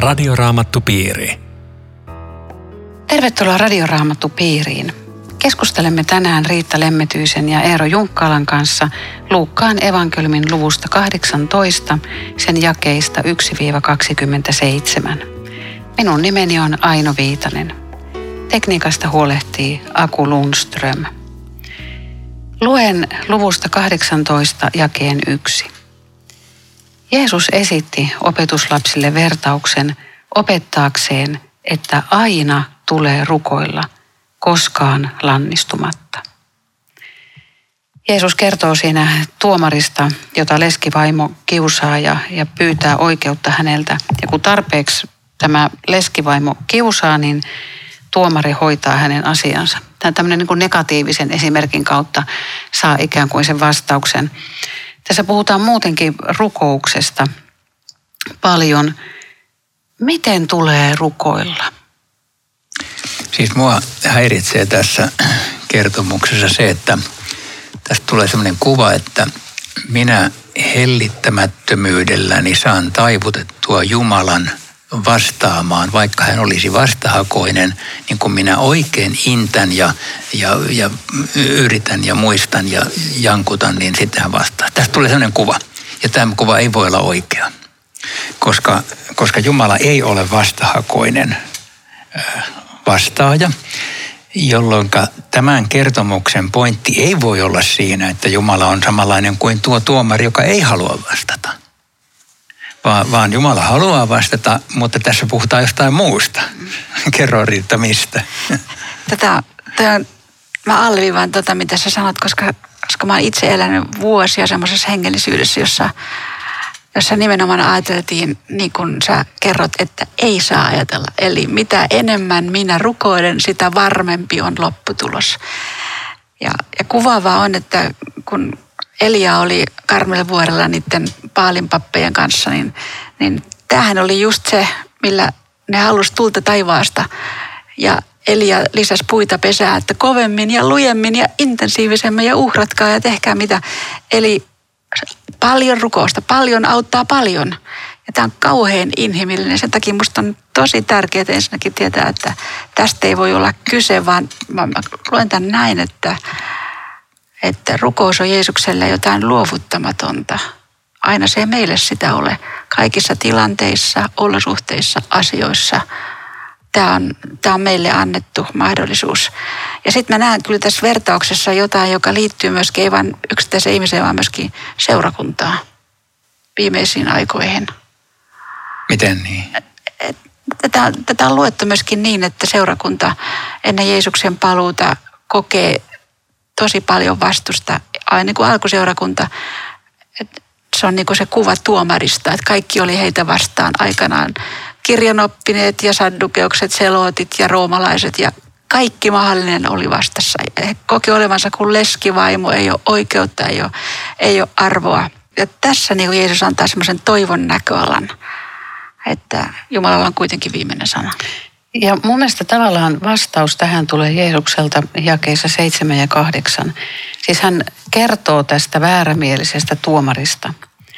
Radioraamattupiiri. Tervetuloa Radioraamattupiiriin. Keskustelemme tänään Riitta Lemmetyisen ja Eero Junkkalan kanssa Luukkaan evankeliumin luvusta 18, sen jakeista 1-27. Minun nimeni on Aino Viitanen. Tekniikasta huolehtii Aku Lundström. Luen luvusta 18 jakeen 1. Jeesus esitti opetuslapsille vertauksen opettaakseen, että aina tulee rukoilla, koskaan lannistumatta. Jeesus kertoo siinä tuomarista, jota leskivaimo kiusaa ja pyytää oikeutta häneltä. Ja kun tarpeeksi tämä leskivaimo kiusaa, niin tuomari hoitaa hänen asiansa. Tämä tämmöinen niin kuin negatiivisen esimerkin kautta saa ikään kuin sen vastauksen. Tässä puhutaan muutenkin rukouksesta paljon. Miten tulee rukoilla? Siis mua häiritsee tässä kertomuksessa se, että tästä tulee sellainen kuva, että minä hellittämättömyydelläni saan taivutettua Jumalan vastaamaan, vaikka hän olisi vastahakoinen, niin kun minä oikein intän ja yritän ja muistan ja jankutan, niin sitten hän vastaa. Tästä tulee sellainen kuva, ja tämä kuva ei voi olla oikea, koska Jumala ei ole vastahakoinen vastaaja, jolloin tämän kertomuksen pointti ei voi olla siinä, että Jumala on samanlainen kuin tuo tuomari, joka ei halua vastata. Vaan Jumala haluaa vastata, mutta tässä puhutaan jostain muusta. Kerro Riitta, mistä? Mä alleviivaan mitä sä sanot, koska mä oon itse elänyt vuosia semmoisessa hengellisyydessä, jossa nimenomaan ajateltiin, niin kuin sä kerrot, että ei saa ajatella. Eli mitä enemmän minä rukoilen, sitä varmempi on lopputulos. Ja kuvaavaa on, että kun Elia oli Karmelivuorella niiden Baalin-pappejen kanssa, niin tämähän oli just se, millä ne halusi tulta taivaasta. Ja Elia lisäsi puita pesää, että kovemmin ja lujemmin ja intensiivisemmin ja uhratkaa ja tehkää mitä. Eli paljon rukousta, paljon auttaa paljon. Ja tämä on kauhean inhimillinen. Sen takia musta on tosi tärkeää ensinnäkin tietää, että tästä ei voi olla kyse, vaan mä luen tämän näin, että rukous on Jeesukselle jotain luovuttamatonta. Aina se ei meille sitä ole. Kaikissa tilanteissa, olosuhteissa, asioissa. Tämä on meille annettu mahdollisuus. Ja sitten mä näen kyllä tässä vertauksessa jotain, joka liittyy myöskin ei vain yksittäiseen ihmiseen, vaan myöskin seurakuntaan viimeisiin aikoihin. Miten niin? Tätä on luettu myöskin niin, että seurakunta ennen Jeesuksen paluuta kokee tosi paljon vastusta. Aina niin kuin alkuseurakunta, se on niin kuin se kuva tuomarista, että kaikki oli heitä vastaan aikanaan. Kirjanoppineet ja saddukeukset, selootit ja roomalaiset ja kaikki mahdollinen oli vastassa. He koki olevansa kuin leskivaimo, ei ole oikeutta, ei ole arvoa. Ja tässä niin kuin Jeesus antaa semmoisen toivon näköalan, että Jumalalla on kuitenkin viimeinen sana. Ja mun mielestä tavallaan vastaus tähän tulee Jeesukselta jakeissa 7 ja 8. Siis hän kertoo tästä väärämielisestä tuomarista.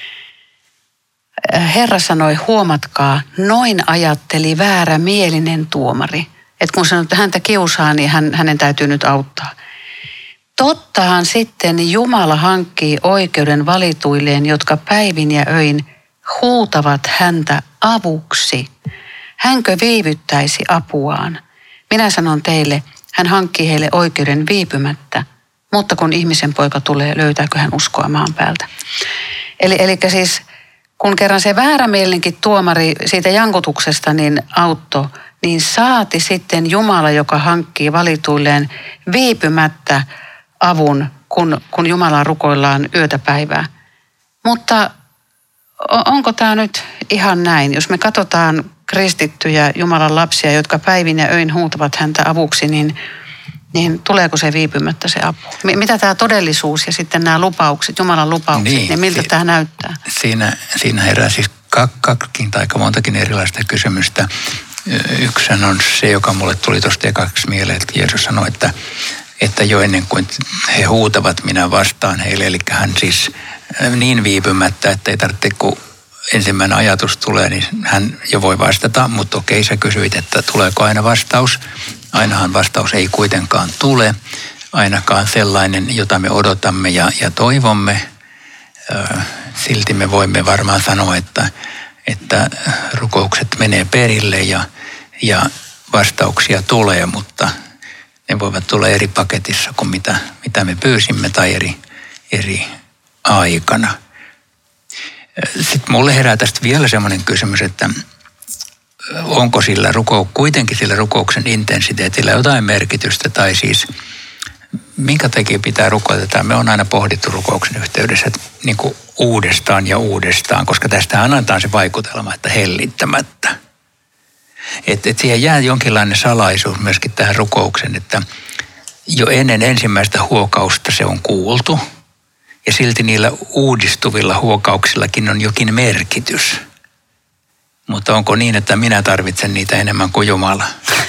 Herra sanoi, huomatkaa, noin ajatteli väärämielinen tuomari. Että kun sanoo, että häntä kiusaa, niin hänen täytyy nyt auttaa. Tottahan sitten Jumala hankkii oikeuden valituilleen, jotka päivin ja öin huutavat häntä avuksi. Hänkö viivyttäisi apuaan? Minä sanon teille, hän hankkii heille oikeuden viipymättä, mutta kun ihmisen poika tulee, löytääkö hän uskoa maan päältä? Eli siis kun kerran se väärämielinenkin tuomari siitä jankutuksesta niin auttoi, niin saati sitten Jumala, joka hankkii valituilleen viipymättä avun, kun Jumalaa rukoillaan yötä päivää. Mutta onko tämä nyt ihan näin? Jos me katsotaan kristittyjä Jumalan lapsia, jotka päivin ja öin huutavat häntä avuksi, niin tuleeko se viipymättä se apu? Mitä tämä todellisuus ja sitten nämä lupaukset, Jumalan lupaukset, niin miltä tämä näyttää? Siinä herää siis kaksikin tai aika montakin erilaista kysymystä. Yksi on se, joka mulle tuli tuosta ekaksi mieleen, että Jeesus sanoi, että jo ennen kuin he huutavat, minä vastaan heille. Eli hän siis niin viipymättä, että ei tarvitse kuin ensimmäinen ajatus tulee, niin hän jo voi vastata, mutta okei, sä kysyit, että tuleeko aina vastaus. Ainahan vastaus ei kuitenkaan tule, ainakaan sellainen, jota me odotamme ja toivomme. Silti me voimme varmaan sanoa, että rukoukset menee perille ja vastauksia tulee, mutta ne voivat tulla eri paketissa kuin mitä me pyysimme tai eri aikana. Sitten mulle herää tästä vielä semmoinen kysymys, että onko kuitenkin sillä rukouksen intensiteetillä jotain merkitystä tai siis minkä takia pitää rukoilla? Me on aina pohdittu rukouksen yhteydessä että niin kuin uudestaan ja uudestaan, koska tästä annetaan se vaikutelma, että hellittämättä. Että siihen jää jonkinlainen salaisuus myöskin tähän rukoukseen, että jo ennen ensimmäistä huokausta se on kuultu ja silti niillä uudistuvilla huokauksillakin on jokin merkitys. Mutta onko niin, että minä tarvitsen niitä enemmän kuin Jumala?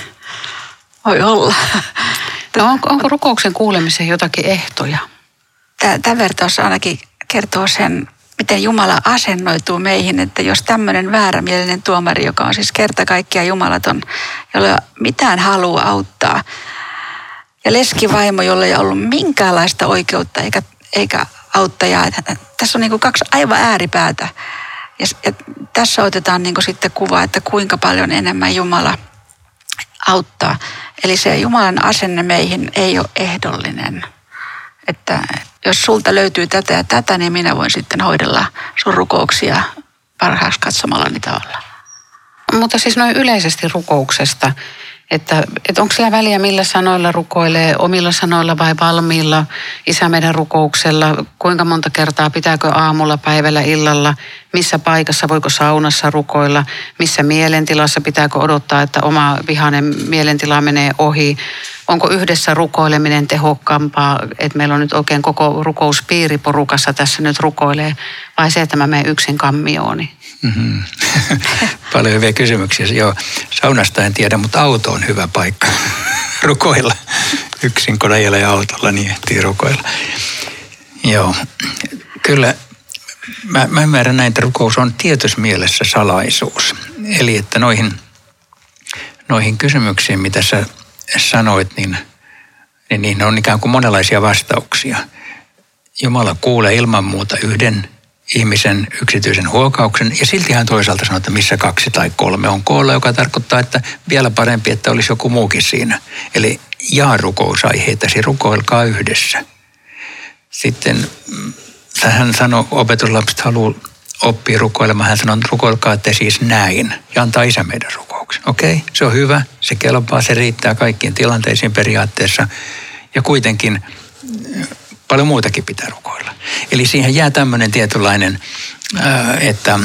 Voi olla. No onko rukouksen kuulemiseen jotakin ehtoja? Tämä vertaus ainakin kertoo sen, miten Jumala asennoituu meihin, että jos tämmöinen väärämielinen tuomari, joka on siis kerta kaikkiaan jumalaton, jolla ei ole mitään halua auttaa, ja leskivaimo, jolla ei ole ollut minkäänlaista oikeutta eikä auttajaa. Tässä on niin kuin kaksi aivan ääripäätä. Ja tässä otetaan niin kuin sitten kuva, että kuinka paljon enemmän Jumala auttaa. Eli se Jumalan asenne meihin ei ole ehdollinen. Että jos sulta löytyy tätä ja tätä, niin minä voin sitten hoidella sun rukouksia parhaaksi katsomallani tavalla. Mutta siis noin yleisesti rukouksesta, että onko sillä väliä millä sanoilla rukoilee, omilla sanoilla vai valmiilla, Isä meidän rukouksella, kuinka monta kertaa, pitääkö aamulla, päivällä, illalla, missä paikassa, voiko saunassa rukoilla, missä mielentilassa, pitääkö odottaa, että oma vihainen mielentila menee ohi, onko yhdessä rukoileminen tehokkaampaa, että meillä on nyt oikein koko rukouspiiri porukassa tässä nyt rukoilee, vai se, että mä menen yksin kammiooni? Mm-hmm. Paljon hyviä kysymyksiä. Joo, saunasta en tiedä, mutta auto on hyvä paikka rukoilla. Yksin kun ajelee autolla, niin ehtii rukoilla. Joo, kyllä mä ymmärrän näin, että rukous on tietyssä mielessä salaisuus. Eli että noihin kysymyksiin, mitä sä sanoit, niin on ikään kuin monenlaisia vastauksia. Jumala kuulee ilman muuta yhden ihmisen yksityisen huokauksen ja silti hän toisaalta sanoo, että missä 2 tai 3 on koolla, joka tarkoittaa, että vielä parempi, että olisi joku muukin siinä. Eli jaa rukousaiheitasi, rukoilkaa yhdessä. Sitten hän sanoi, opetuslapset haluaa oppia rukoilemaan, hän sanoi, rukoilkaa te siis näin ja antaa Isä meidän rukouksen. Okei, se on hyvä, se kelpaa, se riittää kaikkiin tilanteisiin periaatteessa ja kuitenkin paljon muutakin pitää rukoilla. Eli siihen jää tämmöinen tietynlainen, että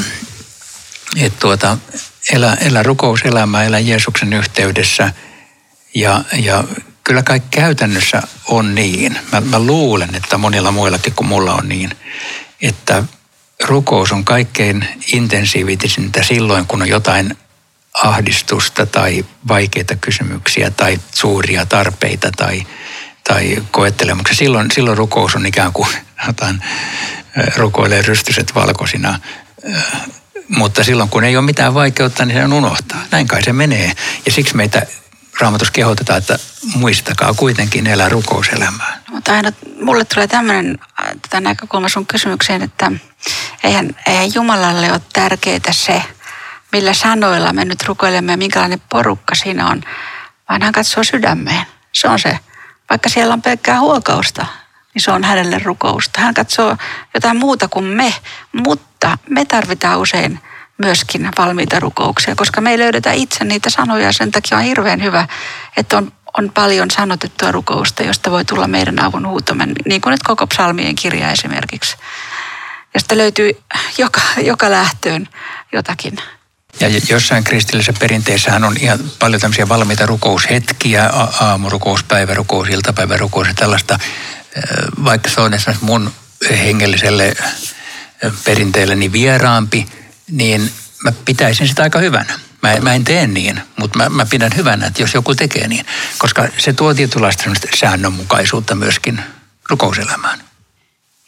elä rukouselämää, elä Jeesuksen yhteydessä ja kyllä kai käytännössä on niin. Mä luulen, että monilla muillakin kuin mulla on niin, että rukous on kaikkein intensiivisintä silloin, kun on jotain ahdistusta tai vaikeita kysymyksiä tai suuria tarpeita tai koettelemuksia. Silloin rukous on ikään kuin rukoilee rystyset valkoisina. Mutta silloin kun ei ole mitään vaikeutta, niin se on unohtaa. Näin kai se menee. Ja siksi meitä Raamatussa kehotetaan, että muistakaa kuitenkin elää rukouselämää. Mutta aina mulle tulee tämmöinen näkökulma sun kysymykseen, että eihän Jumalalle ole tärkeää se, millä sanoilla me nyt rukoilemme ja minkälainen porukka siinä on, vaan hän katsoo sydämeen. Se on se. Vaikka siellä on pelkkää huokausta, niin se on hänelle rukousta. Hän katsoo jotain muuta kuin me, mutta me tarvitaan usein myöskin valmiita rukouksia, koska me ei löydetä itse niitä sanoja ja sen takia on hirveän hyvä, että on paljon sanotettua rukousta, josta voi tulla meidän avun huutomme, niin kuin nyt koko psalmien kirja esimerkiksi, josta löytyy joka lähtöön jotakin. Ja jossain kristillisessä perinteessähän on ihan paljon tämmöisiä valmiita rukoushetkiä, aamurukous, päivärukous, iltapäivärukous ja tällaista. Vaikka se on esimerkiksi mun hengelliselle perinteelleni vieraampi, niin mä pitäisin sitä aika hyvänä. Mä en tee niin, mutta mä pidän hyvänä, että jos joku tekee niin. Koska se tuo tietynlaista säännönmukaisuutta myöskin rukouselämään.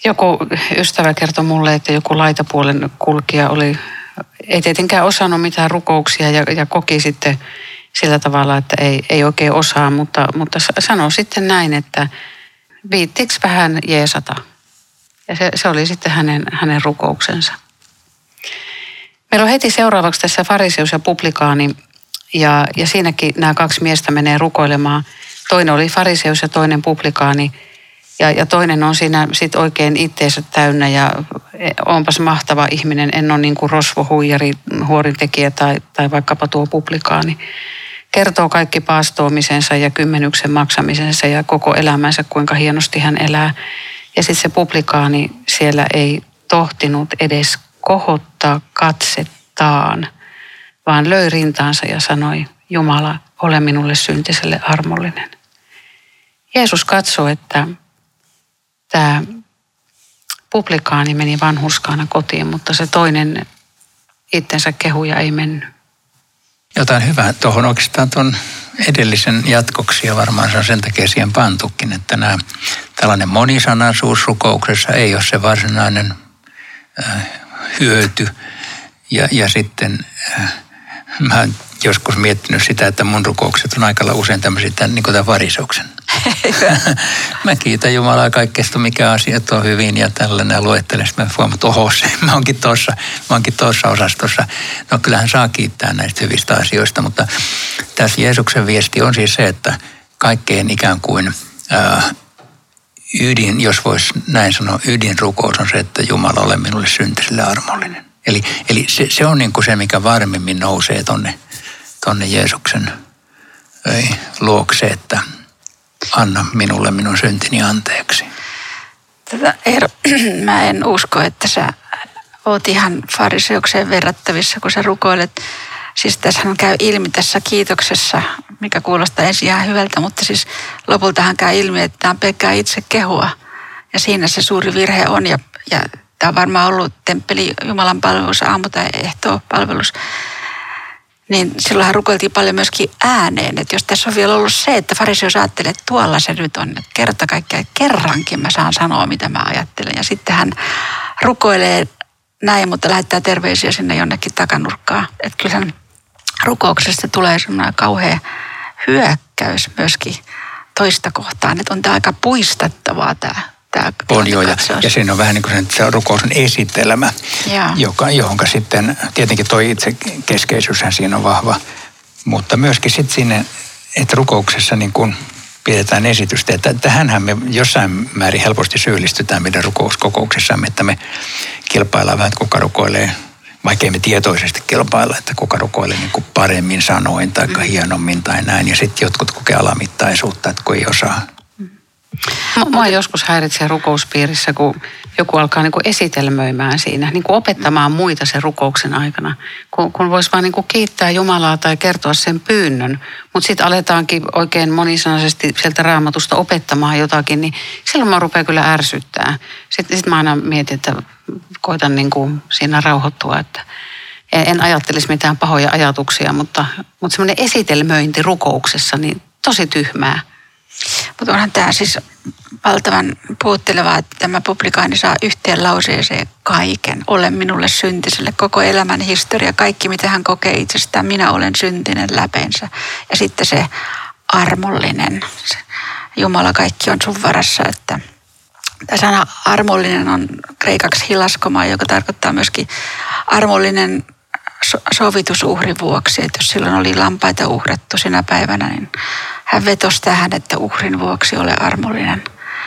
Joku ystävä kertoi mulle, että joku laitapuolen kulkija ei tietenkään osannut mitään rukouksia ja koki sitten sillä tavalla, että ei oikein osaa, mutta sanoi sitten näin, että viittiks vähän jeesata. Ja se oli sitten hänen rukouksensa. Meillä on heti seuraavaksi tässä fariseus ja publikaani, ja siinäkin nämä 2 miestä menee rukoilemaan. Toinen oli fariseus ja toinen publikaani, ja toinen on siinä sitten oikein itteensä täynnä, ja onpas mahtava ihminen, en ole niin kuin rosvohuijari, huorintekijä tai vaikkapa tuo publikaani. Kertoo kaikki paastoamisensa ja kymmenyksen maksamisensa ja koko elämänsä, kuinka hienosti hän elää. Ja sitten se publikaani siellä ei tohtinut edes kohottaa katsettaan, vaan löi rintaansa ja sanoi, Jumala, ole minulle syntiselle armollinen. Jeesus katsoi, että tämä publikaani meni vanhurskaana kotiin, mutta se toinen itsensä kehuja ei mennyt. Jotain hyvää tuohon oikeastaan tuon edellisen jatkoksi, ja varmaan se on sen takia siihen pantukin, että tällainen monisanaisuus rukouksessa ei ole se varsinainen hyöty. Ja sitten mä oon joskus miettinyt sitä, että mun rukoukset on aika usein tämmöisiä, niin kuin tämän variseuksen. Mä kiitän Jumalaa kaikesta, mikä asiat on hyvin ja tällainen, ja luettelen. Mä huomaan, että mä oonkin tuossa osastossa. No kyllähän saa kiittää näistä hyvistä asioista, mutta tässä Jeesuksen viesti on siis se, että kaikkein ikään kuin ydin, jos voisi näin sanoa, ydinrukous on se, että Jumala ole minulle syntiselle armollinen. Eli se on niin kuin se, mikä varmemmin nousee tonne Jeesuksen luokse, että anna minulle minun syntini anteeksi. Eero, mä en usko, että sä oot ihan fariseukseen verrattavissa, kun sä rukoilet. Siis tässähän käy ilmi tässä kiitoksessa, mikä kuulostaa ensin ihan hyvältä, mutta siis lopultahan käy ilmi, että tämä on pelkkää itse kehua. Ja siinä se suuri virhe on, ja tämä on varmaan ollut temppeli Jumalan palvelus, aamu- tai ehtoo-palvelus. Niin silloinhan rukoiltiin paljon myöskin ääneen, että jos tässä on vielä ollut se, että fariseus ajattelee, että tuolla se nyt on, että kerta kaikkiaan kerrankin mä saan sanoa, mitä mä ajattelen. Ja sitten hän rukoilee näin, mutta lähettää terveisiä sinne jonnekin takanurkkaan. Että kyllähän rukouksesta tulee semmoinen kauhea hyökkäys myöskin toista kohtaan, että on tämä aika puistattavaa tämä. On joo, ja siinä on vähän niin kuin se rukous on esitelmä, johonka sitten tietenkin toi itse keskeisyyshän siinä on vahva, mutta myöskin sitten siinä, että rukouksessa niin kuin pidetään esitystä, että tähänhän me jossain määrin helposti syyllistytään meidän rukouskokouksessamme, että me kilpaillaan vähän, että kuka rukoilee, vaikka ei me tietoisesti kilpailla, että kuka rukoilee niin kuin paremmin sanoin tai hienommin tai näin, ja sitten jotkut kokee alamittaisuutta, että kun ei osaa. Mua joskus häiritsee rukouspiirissä, kun joku alkaa niin kuin esitelmöimään siinä, niin kuin opettamaan muita sen rukouksen aikana. Kun voisi vaan niin kuin kiittää Jumalaa tai kertoa sen pyynnön, mutta sitten aletaankin oikein monisanaisesti sieltä Raamatusta opettamaan jotakin, niin silloin mä rupean kyllä ärsyttää. Sitten mä aina mietin, että koitan niin kuin siinä rauhoittua, että en ajattelisi mitään pahoja ajatuksia, mutta semmoinen esitelmöinti rukouksessa, niin tosi tyhmää. Mutta onhan tämä siis valtavan puhuttelevaa, että tämä publikaani saa yhteen lauseeseen kaiken. Ole minulle syntiselle, koko elämän historia, kaikki mitä hän kokee itsestään, minä olen syntinen läpeensä. Ja sitten se armollinen, se Jumala, kaikki on sun varassa. Että tämä sana armollinen on kreikaksi hilaskoma, joka tarkoittaa myöskin armollinen sovitusuhrin vuoksi. Että jos silloin oli lampaita uhrattu sinä päivänä, niin hän vetosi tähän, että uhrin vuoksi ole armollinen.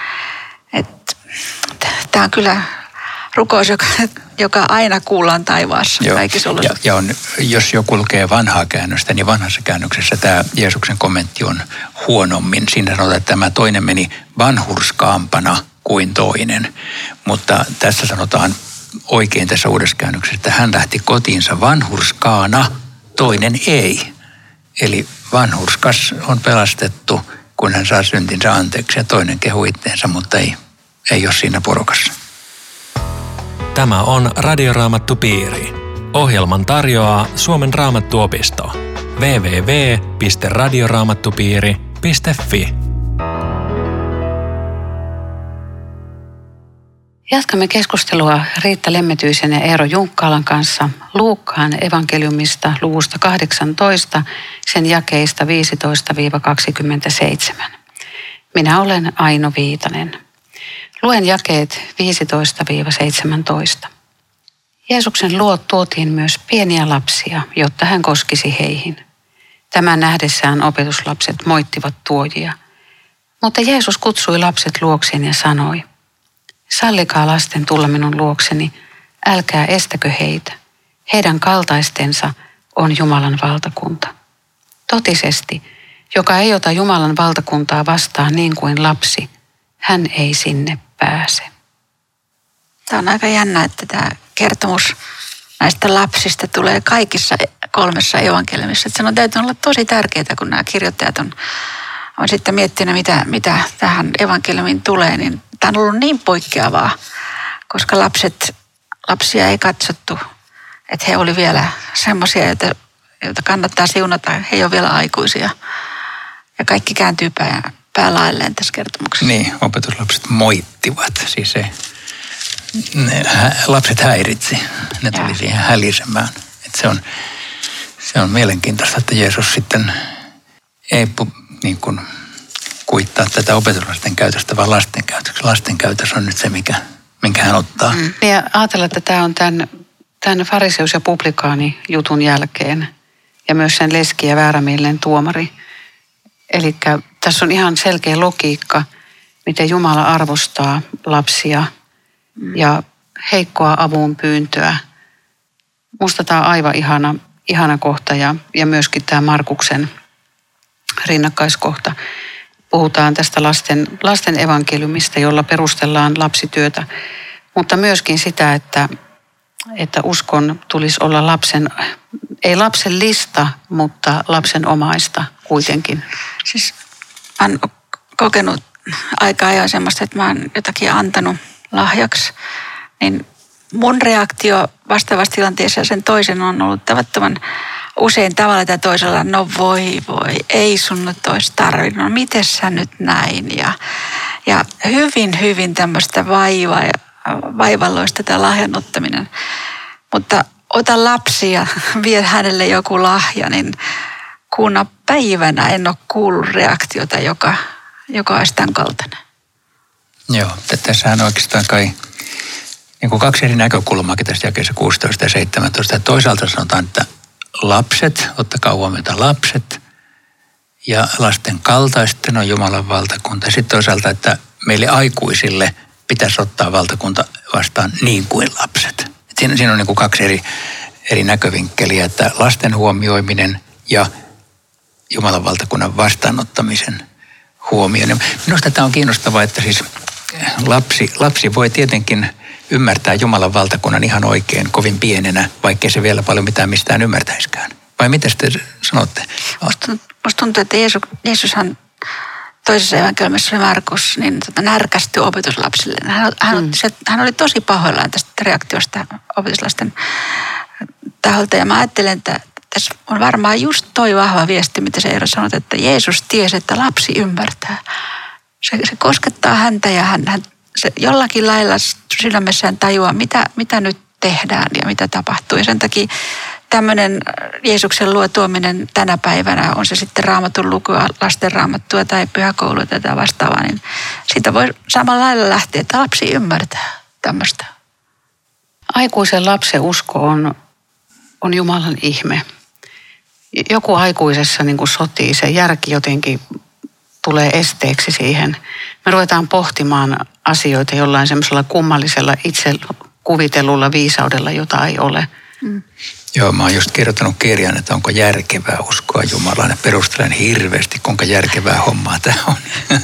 Tämä on kyllä rukous, joka aina kuullaan taivaassa kaikissa olosuhteissa. Ja jos joku lukee vanhaa käännöstä, niin vanhassa käännöksessä tämä Jeesuksen kommentti on huonommin. Siinä sanotaan, että tämä toinen meni vanhurskaampana kuin toinen. Mutta tässä sanotaan oikein tässä uudessa käännöksessä, että hän lähti kotiinsa vanhurskaana, toinen ei. Eli vanhurskas on pelastettu, kun hän saa syntinsä anteeksi, ja toinen kehuu itteensä, mutta ei ole siinä porukassa. Tämä on Radioraamattupiiri. Ohjelman tarjoaa Suomen Raamattuopisto. www.radioraamattupiiri.fi Jatkamme keskustelua Riitta Lemmetyisen ja Eero Junkkaalan kanssa Luukkaan evankeliumista luvusta 18, sen jakeista 15-27. Minä olen Aino Viitanen. Luen jakeet 15-17. Jeesuksen luo tuotiin myös pieniä lapsia, jotta hän koskisi heihin. Tämän nähdessään opetuslapset moittivat tuojia. Mutta Jeesus kutsui lapset luokseen ja sanoi, sallikaa lasten tulla minun luokseni, älkää estäkö heitä. Heidän kaltaistensa on Jumalan valtakunta. Totisesti, joka ei ota Jumalan valtakuntaa vastaan niin kuin lapsi, hän ei sinne pääse. Tämä on aika jännä, että tämä kertomus näistä lapsista tulee kaikissa 3 evankeliumissa. Sen on täytynyt olla tosi tärkeää, kun nämä kirjoittajat on sitten miettinyt, mitä tähän evankeliumiin tulee, niin tämä on ollut niin poikkeavaa, koska lapsia ei katsottu, että he oli vielä semmoisia, joita kannattaa siunata. He ei ole vielä aikuisia. Ja kaikki kääntyy päälailleen tässä kertomuksessa. Niin, opetuslapset moittivat. Siis lapset häiritsi. Ne tuli siihen hälisemään. Se on mielenkiintoista, että Jeesus sitten ei niin kuin kuittaa tätä opetuslasten käytöstä, vaan lasten käytöstä. Lasten käytös on nyt se, minkä hän ottaa. Ja ajatellaan, että tämä on tämän fariseus- ja publikaani jutun jälkeen ja myös sen leski- ja väärämielinen tuomari. Eli tässä on ihan selkeä logiikka, miten Jumala arvostaa lapsia ja heikkoa avun pyyntöä. Musta tämä on aivan ihana kohta ja myöskin tämä Markuksen rinnakkaiskohta. Puhutaan tästä lasten evankeliumista, jolla perustellaan lapsityötä, mutta myöskin sitä, että uskon tulisi olla ei lapsen lista, mutta lapsen omaista kuitenkin. Siis mä oon kokenut aika ajoin semmoista, että mä oon jotakin antanut lahjaksi, niin mun reaktio vastaavassa tilanteessa ja sen toisen on ollut tavattoman usein tavalla tai toisella, no voi, ei sun nyt olisi tarvinnut, no miten sä nyt näin? Ja hyvin tämmöistä vaivalloista tämä lahjan ottaminen. Mutta ota lapsi ja vie hänelle joku lahja, niin kuuna päivänä en ole kuullut reaktiota, joka olisi tämän kaltainen. Joo, tässähän oikeastaan kai niin kuin 2 eri näkökulmaakin tästä jakeessa 16 ja 17. Ja toisaalta sanotaan, että lapset, ottakaa huomioon lapset ja lasten kaltaisten on Jumalan valtakunta. Sitten toisaalta, että meille aikuisille pitäisi ottaa valtakunta vastaan niin kuin lapset. Siinä on niin kuin 2 eri näkövinkkeliä, että lasten huomioiminen ja Jumalan valtakunnan vastaanottamisen huomioon. Minusta tämä on kiinnostavaa, että siis lapsi voi tietenkin ymmärtää Jumalan valtakunnan ihan oikein kovin pienenä, vaikkei se vielä paljon mitään mistään ymmärtäisikään. Vai mitä te sanotte? Musta tuntuu, että Jeesushan toisessa evankeliumissa oli Markus, niin närkästyi opetuslapsille. Hän oli tosi pahoillaan tästä reaktiosta opetuslasten taholta. Ja mä ajattelen, että tässä on varmaan just toi vahva viesti, mitä se Eero sanoi, että Jeesus tiesi, että lapsi ymmärtää. Se koskettaa häntä ja se jollakin lailla sydämessään tajuaa, mitä nyt tehdään ja mitä tapahtuu. Ja sen takia tämmöinen Jeesuksen luo tuominen tänä päivänä, on se sitten raamatun lukua, lasten raamattua tai pyhäkoulua tai vastaavaa, niin siitä voi samalla lailla lähteä, että lapsi ymmärtää tämmöistä. Aikuisen lapsen usko on Jumalan ihme. Joku aikuisessa niin kuin sotii, se järki jotenkin tulee esteeksi siihen. Me ruvetaan pohtimaan asioita jollain semmoisella kummallisella itse kuvitellulla viisaudella, jota ei ole. Joo, mä oon just kirjoittanut kirjan, että onko järkevää uskoa Jumalaan ja perustelen hirveästi, kuinka järkevää hommaa tämä on.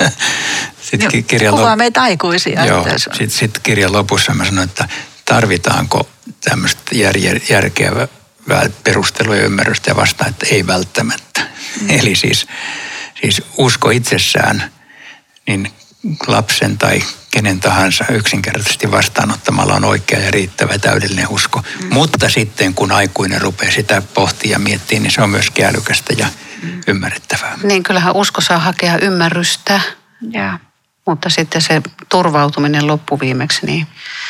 Kuvaa meitä aikuisia. Joo, sitten kirjan lopussa mä sanoin, että tarvitaanko tämmöistä järkevää perustelua ja ymmärrystä ja vastaan, että ei välttämättä. Eli siis usko itsessään, niin lapsen tai kenen tahansa yksinkertaisesti vastaanottamalla on oikea ja riittävä täydellinen usko. Mutta sitten kun aikuinen rupeaa sitä pohtia ja miettiä, niin se on myös älykästä ja ymmärrettävää. Niin kyllähän usko saa hakea ymmärrystä. Ja Mutta sitten se turvautuminen loppuviimeksi, niin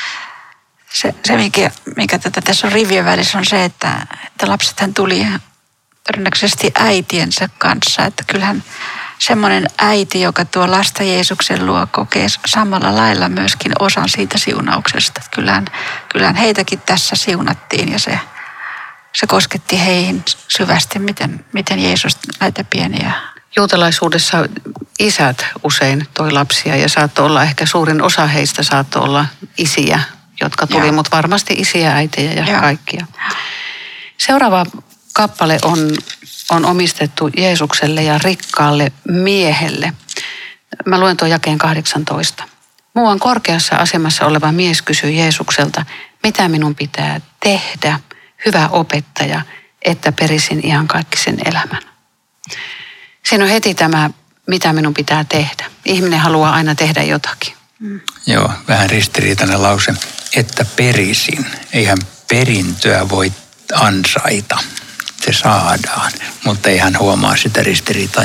Se mikä tässä on rivien välissä, on se, että lapsethan tuli todennäköisesti äitiensä kanssa. Että kyllähän semmoinen äiti, joka tuo lasta Jeesuksen luo, kokee samalla lailla myöskin osan siitä siunauksesta. Kyllähän heitäkin tässä siunattiin ja se kosketti heihin syvästi, miten Jeesus näitä pieniä. Juutalaisuudessa isät usein toi lapsia ja saattoi olla ehkä suurin osa heistä saattoi olla isiä, jotka tuli, mutta varmasti isiä, äitejä ja kaikkia. Seuraava kappale on omistettu Jeesukselle ja rikkaalle miehelle. Mä luen tuon jakeen 18. Muuan korkeassa asemassa oleva mies kysyi Jeesukselta, mitä minun pitää tehdä, hyvä opettaja, että perisin iankaikkisen elämän. Siinä on heti tämä, mitä minun pitää tehdä. Ihminen haluaa aina tehdä jotakin. Joo, vähän ristiriitainen lause, että perisin. Eihän perintöä voi ansaita. Se saadaan, mutta ei hän huomaa sitä ristiriitaa,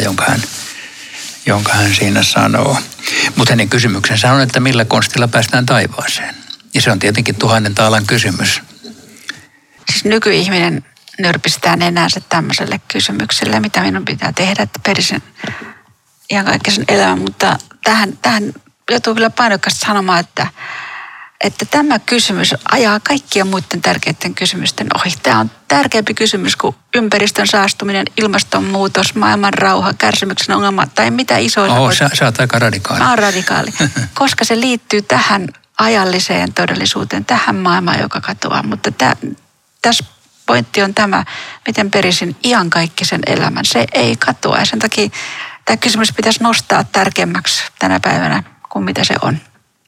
jonka hän siinä sanoo. Mutta hänen kysymyksensä on, että millä konstilla päästään taivaaseen. Ja se on tietenkin 1000 taalan kysymys. Siis nykyihminen nyrpistää nenänsä tämmöiselle kysymykselle, mitä minun pitää tehdä, että perisin iankaikkisen elämän. Mutta tähän joutuu kyllä painokkaasti sanomaan, että tämä kysymys ajaa kaikkien muiden tärkeiden kysymysten ohi. Tämä on tärkeämpi kysymys kuin ympäristön saastuminen, ilmastonmuutos, maailman rauha, kärsimyksen ongelma tai mitä isoilla. Sä oot aika radikaali. Mä oon radikaali, koska se liittyy tähän ajalliseen todellisuuteen, tähän maailmaan, joka katoaa. Mutta tässä pointti on tämä, miten perisin iankaikkisen elämän. Se ei katoa ja sen takia tämä kysymys pitäisi nostaa tärkeämmäksi tänä päivänä kuin mitä se on.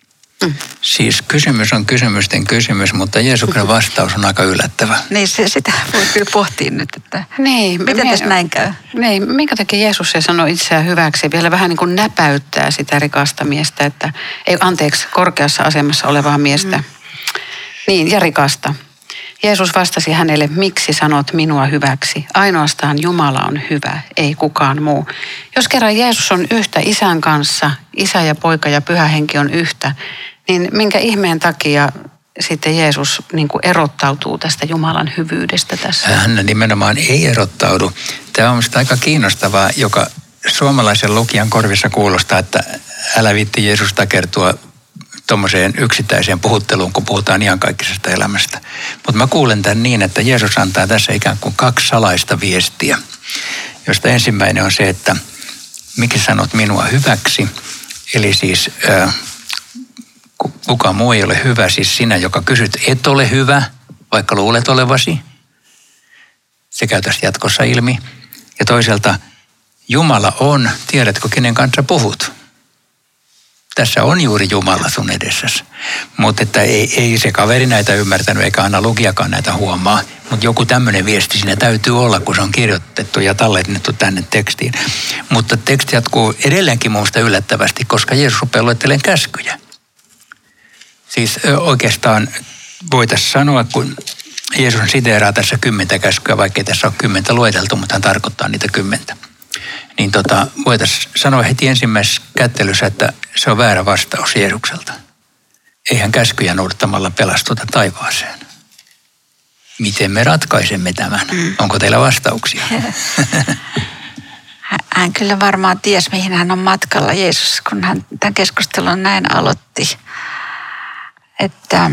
Siis kysymys on kysymysten kysymys, mutta Jeesuksen vastaus on aika yllättävä. Niin, sitä voi kyllä pohtia nyt, että niin, miten tässä näin käy? Niin, minkä takia Jeesus ei sano itseään hyväksi, vielä vähän niin kuin näpäyttää sitä rikasta miestä, korkeassa asemassa olevaa miestä. Niin, ja rikasta. Jeesus vastasi hänelle, miksi sanot minua hyväksi? Ainoastaan Jumala on hyvä, ei kukaan muu. Jos kerran Jeesus on yhtä isän kanssa, isä ja poika ja pyhä henki on yhtä, niin minkä ihmeen takia sitten Jeesus niin kuin erottautuu tästä Jumalan hyvyydestä tässä? Hän nimenomaan ei erottaudu. Tämä on minusta aika kiinnostavaa, joka suomalaisen lukijan korvissa kuulostaa, että älä viitti Jeesus takertua tuommoiseen yksittäiseen puhutteluun, kun puhutaan iankaikkisesta elämästä. Mutta mä kuulen tämän niin, että Jeesus antaa tässä ikään kuin 2 salaista viestiä, josta ensimmäinen on se, että miksi sanot minua hyväksi, eli siis kukaan muu ei ole hyvä, siis sinä, joka kysyt, et ole hyvä, vaikka luulet olevasi. Se käy tästä jatkossa ilmi. Ja toisaalta Jumala on, tiedätkö kenen kanssa puhut? Tässä on juuri Jumala sun edessäsi. Mutta että ei se kaveri näitä ymmärtänyt, eikä analogiakaan näitä huomaa. Mutta joku tämmöinen viesti siinä täytyy olla, kun se on kirjoitettu ja tallennettu tänne tekstiin. Mutta teksti jatkuu edelleenkin minusta yllättävästi, koska Jeesus rupeaa luettelemaan käskyjä. Siis oikeastaan voitaisiin sanoa, kun Jeesus siteeraa tässä 10 käskyä, vaikkei tässä ole 10 lueteltu, mutta hän tarkoittaa niitä 10. Niin voitaisiin sanoa heti ensimmäisessä kättelyssä, että se on väärä vastaus Jeesukselta. Eihän käskyjä noudattamalla pelastuta taivaaseen. Miten me ratkaisemme tämän? Onko teillä vastauksia? Hän kyllä varmaan ties, mihin hän on matkalla, Jeesus, kun hän tämän keskustelun näin aloitti. Että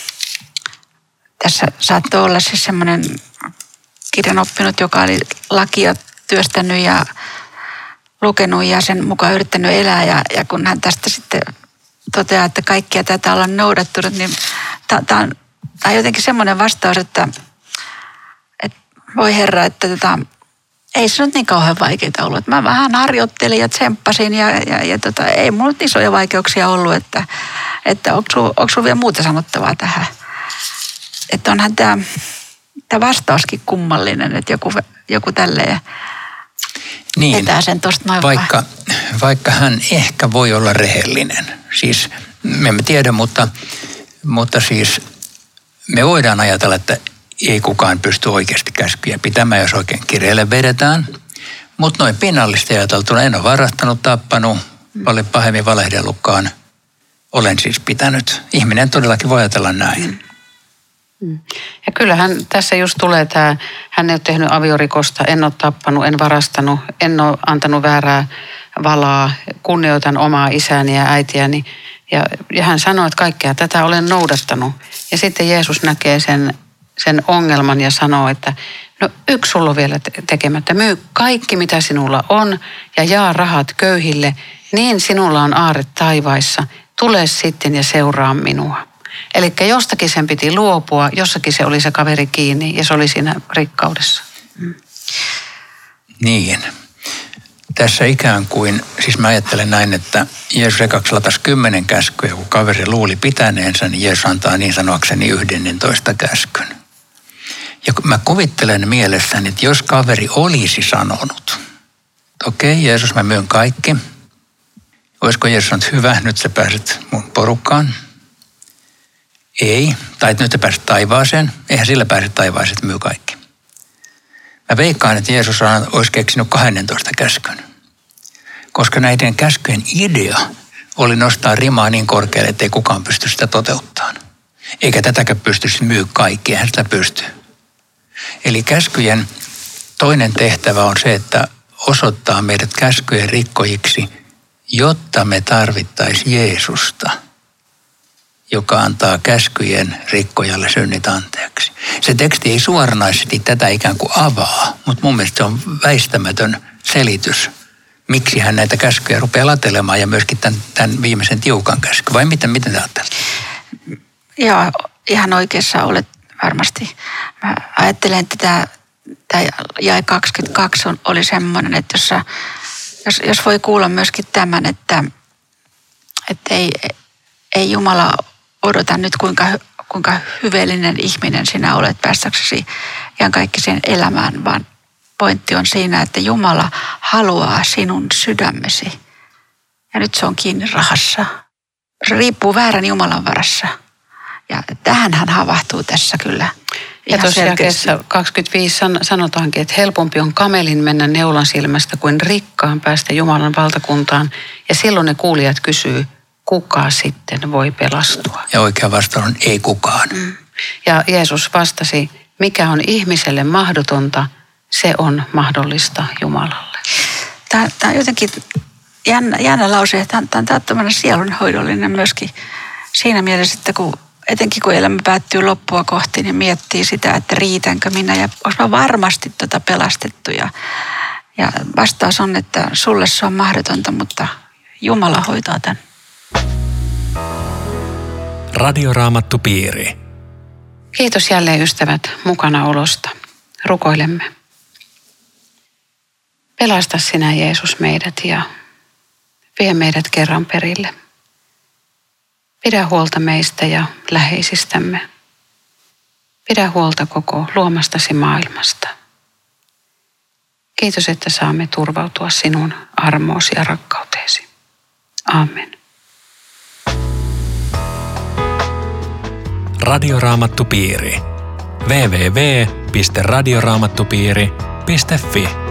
tässä saattoi olla siis semmoinen kirjanoppinut, joka oli lakia työstänyt ja lukenut ja sen mukaan yrittänyt elää. Ja kun hän tästä sitten toteaa, että kaikkia tätä ollaan noudattunut, niin tämä on jotenkin semmoinen vastaus, että voi Herra, että ei se nyt niin kauhean vaikeaa ollut. Mä vähän harjoittelin ja tsemppasin ja ei mulla nyt isoja vaikeuksia ollut, että onko sulla vielä muuta sanottavaa tähän? Että onhan tämä vastauskin kummallinen, että joku tälleen vetää sen tuosta noin vaikka hän ehkä voi olla rehellinen. Siis me emme tiedä, mutta siis me voidaan ajatella, että ei kukaan pysty oikeasti käskyjä pitämään, jos oikein kireelle vedetään. Mutta noin pinnallisesti ajateltuna en ole varastanut, tappanut, Paljon pahemmin valehdellutkaan olen siis pitänyt. Ihminen todellakin voi ajatella näin. Ja kyllähän tässä just tulee tämä, hän ei ole tehnyt aviorikosta, en ole tappanut, en varastanut, en ole antanut väärää valaa, kunnioitan omaa isääni ja äitiäni. Ja hän sanoi, että kaikkea tätä olen noudattanut. Ja sitten Jeesus näkee sen ongelman ja sanoo, että no yksi sulla on vielä tekemättä. Myy kaikki, mitä sinulla on ja jaa rahat köyhille, niin sinulla on aarre taivaissa. Tule sitten ja seuraa minua. Eli jostakin sen piti luopua, jossakin se oli se kaveri kiinni ja se oli siinä rikkaudessa. Niin. Tässä ikään kuin, siis mä ajattelen näin, että Jeesus ekaksi latasi 10 käskyä, kun kaveri luuli pitäneensä, niin Jeesus antaa niin sanoakseni 11 käskyn. Ja mä kuvittelen mielessäni, että jos kaveri olisi sanonut, okei, Jeesus, mä myyn kaikki. Olisiko Jeesus sanonut, hyvä, nyt sä pääset mun porukkaan? Ei, tai nyt sä pääset taivaaseen. Eihän sillä pääse taivaaseen, että myy kaikki. Mä veikkaan, että Jeesus olisi keksinyt 12 käskyn. Koska näiden käskyjen idea oli nostaa rimaa niin korkealle, ettei kukaan pysty sitä toteuttamaan. Eikä tätäkään pystyisi myy kaikki, eihän sitä pysty. Eli käskyjen toinen tehtävä on se, että osoittaa meidät käskyjen rikkojiksi, jotta me tarvittaisiin Jeesusta, joka antaa käskyjen rikkojalle synnit anteeksi. Se teksti ei suoranaisesti tätä ikään kuin avaa, mutta mun mielestä se on väistämätön selitys, miksi hän näitä käskyjä rupeaa latelemaan ja myöskin tämän viimeisen tiukan käsky. Vai miten te ajattelet? Joo, ihan oikeassa olet varmasti. Mä ajattelen, että tämä jae 22 oli semmoinen, että jos voi kuulla myöskin tämän, että ei Jumala odota nyt kuinka hyveellinen ihminen sinä olet päästäksesi ihan kaikki sen elämään, vaan pointti on siinä, että Jumala haluaa sinun sydämesi. Ja nyt se on kiinni rahassa. Se riippuu väärän Jumalan varassa. Ja tähän hän havahtuu tässä kyllä. Ja tuossa jakeessa 25 sanotaankin, että helpompi on kamelin mennä neulan silmästä kuin rikkaan päästä Jumalan valtakuntaan. Ja silloin ne kuulijat kysyy, kuka sitten voi pelastua? Ja oikea vastaus on ei kukaan. Ja Jeesus vastasi, mikä on ihmiselle mahdotonta, se on mahdollista Jumalalle. Tämä on jotenkin jännä lause, että tämä on tämmöinen sielunhoidollinen myöskin siinä mielessä, että etenkin kun elämä päättyy loppua kohti, niin miettii sitä, että riitänkö minä ja onko mä varmasti pelastettu. Ja vastaus on, että sulle se on mahdotonta, mutta Jumala hoitaa tämän. Radioraamattupiiri. Kiitos jälleen ystävät mukanaolosta. Rukoilemme. Pelasta sinä Jeesus meidät ja vie meidät kerran perille. Pidä huolta meistä ja läheisistämme. Pidä huolta koko luomastasi maailmasta. Kiitos, että saamme turvautua sinun armoosi ja rakkauteesi. Aamen. Radioraamattupiiri. www.radioraamattupiiri.fi